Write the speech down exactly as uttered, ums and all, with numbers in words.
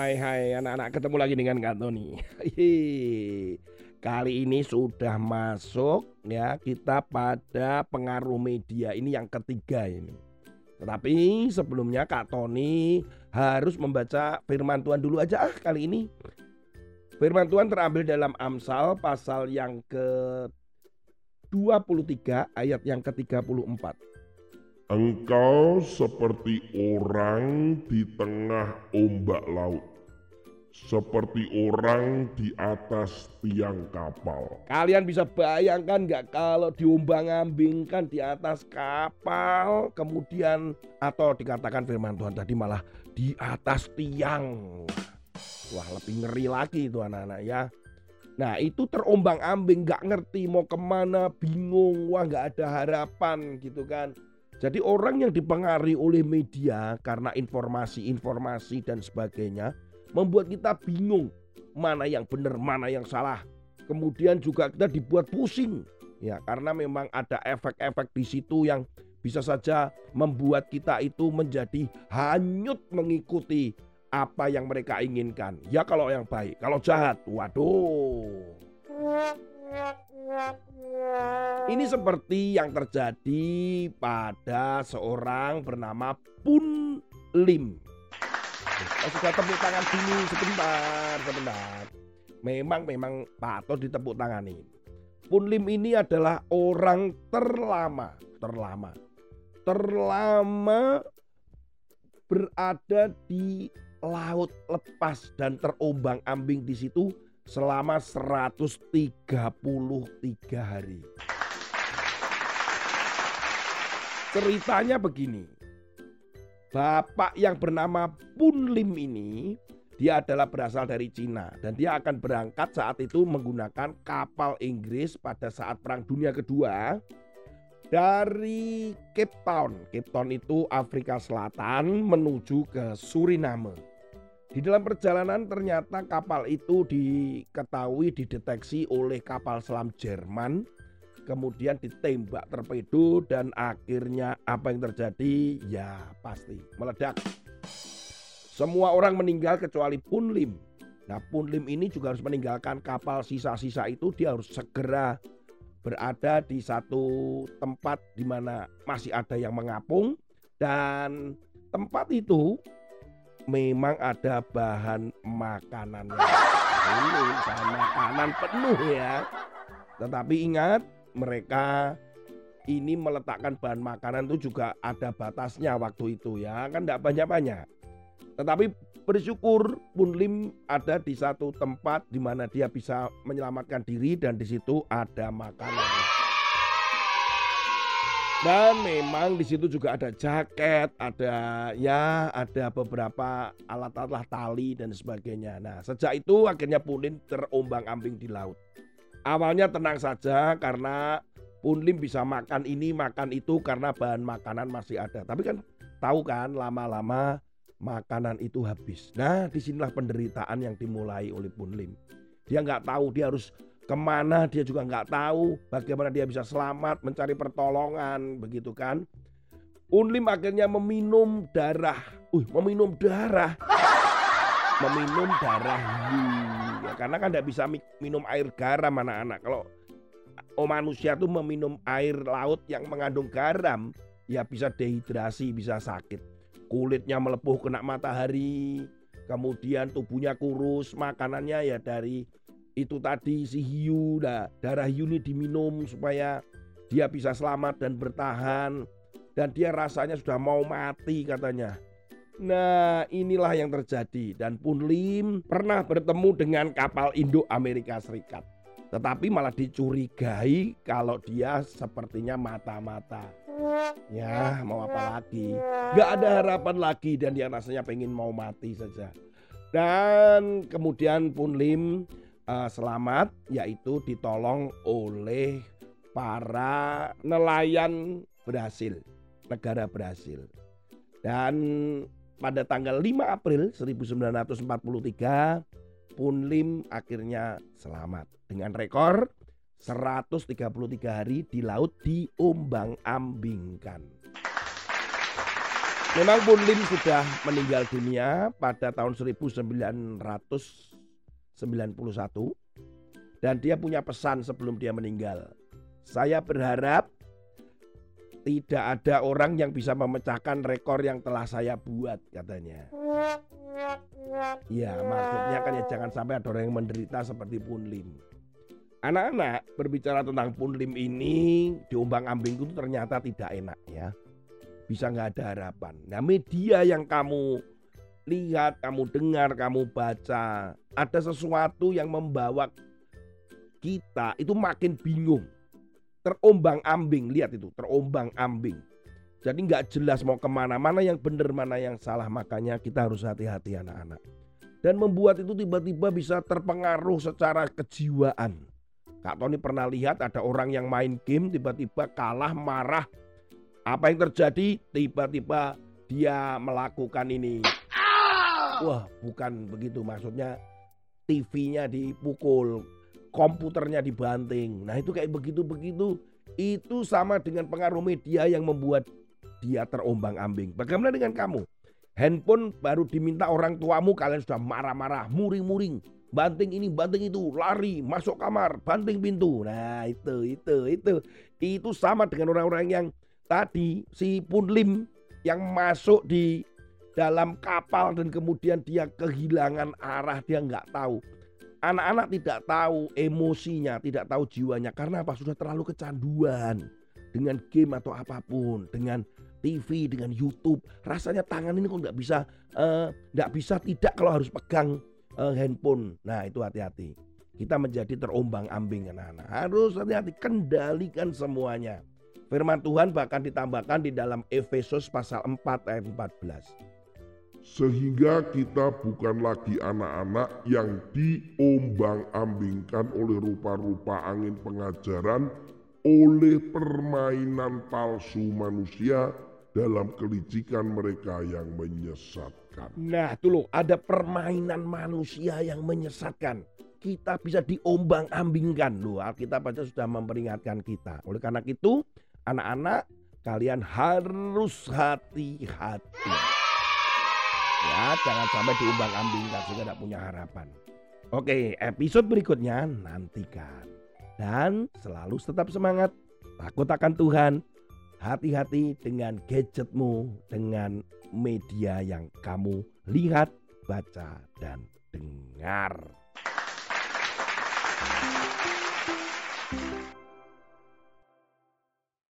Hai hai anak-anak, ketemu lagi dengan Kak Tony. Hihi. Kali ini sudah masuk ya kita pada pengaruh media ini yang ketiga ini. Tetapi sebelumnya Kak Tony harus membaca firman Tuhan dulu aja ah kali ini. Firman Tuhan terambil dalam Amsal pasal yang ke dua puluh tiga ayat yang ke tiga puluh empat. Engkau seperti orang di tengah ombak laut, seperti orang di atas tiang kapal. Kalian bisa bayangkan nggak kalau diombang-ambingkan di atas kapal, kemudian atau dikatakan firman Tuhan tadi malah di atas tiang. Wah, lebih ngeri lagi itu anak-anak ya. Nah itu terombang-ambing, nggak ngerti mau kemana, bingung, wah nggak ada harapan gitu kan. Jadi orang yang dipengaruhi oleh media karena informasi-informasi dan sebagainya membuat kita bingung mana yang benar, mana yang salah. Kemudian juga kita dibuat pusing ya karena memang ada efek-efek di situ yang bisa saja membuat kita itu menjadi hanyut mengikuti apa yang mereka inginkan. Ya kalau yang baik, kalau jahat, waduh. Ini seperti yang terjadi pada seorang bernama Pun Lim. Kita sudah tepuk tangan dulu sebentar, sebentar. Memang memang patut ditepuk tangani. Pun Lim ini adalah orang terlama, terlama, terlama berada di laut lepas dan terombang-ambing di situ selama seratus tiga puluh tiga hari. Ceritanya begini. Bapak yang bernama Pun Lim ini dia adalah berasal dari Cina dan dia akan berangkat saat itu menggunakan kapal Inggris pada saat Perang Dunia Kedua dari Cape Town. Cape Town itu Afrika Selatan menuju ke Suriname. Di dalam perjalanan ternyata kapal itu diketahui dideteksi oleh kapal selam Jerman, kemudian ditembak torpedo dan akhirnya apa yang terjadi? Ya pasti meledak. Semua orang meninggal kecuali Pun Lim. Nah Pun Lim ini juga harus meninggalkan kapal, sisa-sisa itu dia harus segera berada di satu tempat di mana masih ada yang mengapung dan tempat itu memang ada bahan makanannya. Ini bahan makanan penuh ya. Tetapi ingat mereka ini meletakkan bahan makanan itu juga ada batasnya waktu itu ya. Kan tidak banyak-banyak. Tetapi bersyukur Pun Lim ada di satu tempat di mana dia bisa menyelamatkan diri dan di situ ada makanan. Dan memang di situ juga ada jaket, ada ya, ada beberapa alat-alat tali dan sebagainya. Nah, sejak itu akhirnya Pun Lim terombang-ambing di laut. Awalnya tenang saja karena Pun Lim bisa makan ini, makan itu karena bahan makanan masih ada. Tapi kan tahu kan lama-lama makanan itu habis. Nah, disinilah penderitaan yang dimulai oleh Pun Lim. Dia nggak tahu dia harus kemana, dia juga nggak tahu bagaimana dia bisa selamat mencari pertolongan, begitu kan. Pun Lim akhirnya meminum darah, uh, meminum darah, meminum darah hiu. Ya, karena kan tidak bisa minum air garam anak-anak. Kalau oh, manusia tuh meminum air laut yang mengandung garam, ya bisa dehidrasi, bisa sakit. Kulitnya melepuh kena matahari, kemudian tubuhnya kurus, makanannya ya dari itu tadi si hiu. Nah, darah hiu ini diminum supaya dia bisa selamat dan bertahan. Dan dia rasanya sudah mau mati katanya. Nah inilah yang terjadi. Dan Pun Lim pernah bertemu dengan kapal Indo-Amerika Serikat. Tetapi malah dicurigai kalau dia sepertinya mata-mata. Ya mau apa lagi. Gak ada harapan lagi dan dia rasanya pengen mau mati saja. Dan kemudian Pun Lim Uh, selamat, yaitu ditolong oleh para nelayan berhasil, negara berhasil. Dan pada tanggal lima April seribu sembilan ratus empat puluh tiga Pun Lim akhirnya selamat dengan rekor seratus tiga puluh tiga hari di laut diombang-ambingkan. Memang Punlim sudah meninggal dunia pada tahun seribu sembilan ratus sembilan puluh satu dan dia punya pesan sebelum dia meninggal. Saya berharap tidak ada orang yang bisa memecahkan rekor yang telah saya buat, katanya. Ya, maksudnya kan ya jangan sampai ada orang yang menderita seperti Punlim. Anak-anak, berbicara tentang Punlim ini diombang-ambing itu ternyata tidak enak ya. Bisa nggak ada harapan. Nah, media yang kamu lihat, kamu dengar, kamu baca, ada sesuatu yang membawa kita itu makin bingung, terombang-ambing. Lihat itu, terombang-ambing. Jadi nggak jelas mau kemana, mana yang benar, mana yang salah. Makanya kita harus hati-hati anak-anak. Dan membuat itu tiba-tiba bisa terpengaruh secara kejiwaan. Kak Tony pernah lihat ada orang yang main game tiba-tiba kalah, marah. Apa yang terjadi? Tiba-tiba dia melakukan ini. Wah, bukan begitu maksudnya. T V-nya dipukul, komputernya dibanting. Nah, itu kayak begitu-begitu. Itu sama dengan pengaruh media yang membuat dia terombang-ambing. Bagaimana dengan kamu? Handphone baru diminta orang tuamu, kalian sudah marah-marah, muring-muring. Banting ini, banting itu, lari, masuk kamar, banting pintu. Nah, itu, itu, itu. Itu sama dengan orang-orang yang tadi si Punlim yang masuk di dalam kapal dan kemudian dia kehilangan arah, dia nggak tahu. Anak-anak tidak tahu emosinya, tidak tahu jiwanya. Karena apa? Sudah terlalu kecanduan dengan game atau apapun, dengan T V, dengan YouTube. Rasanya tangan ini kok nggak bisa, uh, nggak bisa tidak kalau harus pegang uh, handphone. Nah, itu hati-hati. Kita menjadi terombang-ambing anak-anak. Harus hati-hati, kendalikan semuanya. Firman Tuhan bahkan ditambahkan di dalam Efesus pasal empat ayat empat belas. Sehingga kita bukan lagi anak-anak yang diombang-ambingkan oleh rupa-rupa angin pengajaran, oleh permainan palsu manusia dalam kelicikan mereka yang menyesatkan. Nah, itu loh, ada permainan manusia yang menyesatkan. Kita bisa diombang-ambingkan loh. Alkitab aja sudah memperingatkan kita. Oleh karena itu, anak-anak, kalian harus hati-hati. Ya, jangan sampai diombang-ambingkan sehingga tidak punya harapan. Oke, episode berikutnya nantikan. Dan selalu tetap semangat, takut akan Tuhan. Hati-hati dengan gadgetmu, dengan media yang kamu lihat, baca, dan dengar.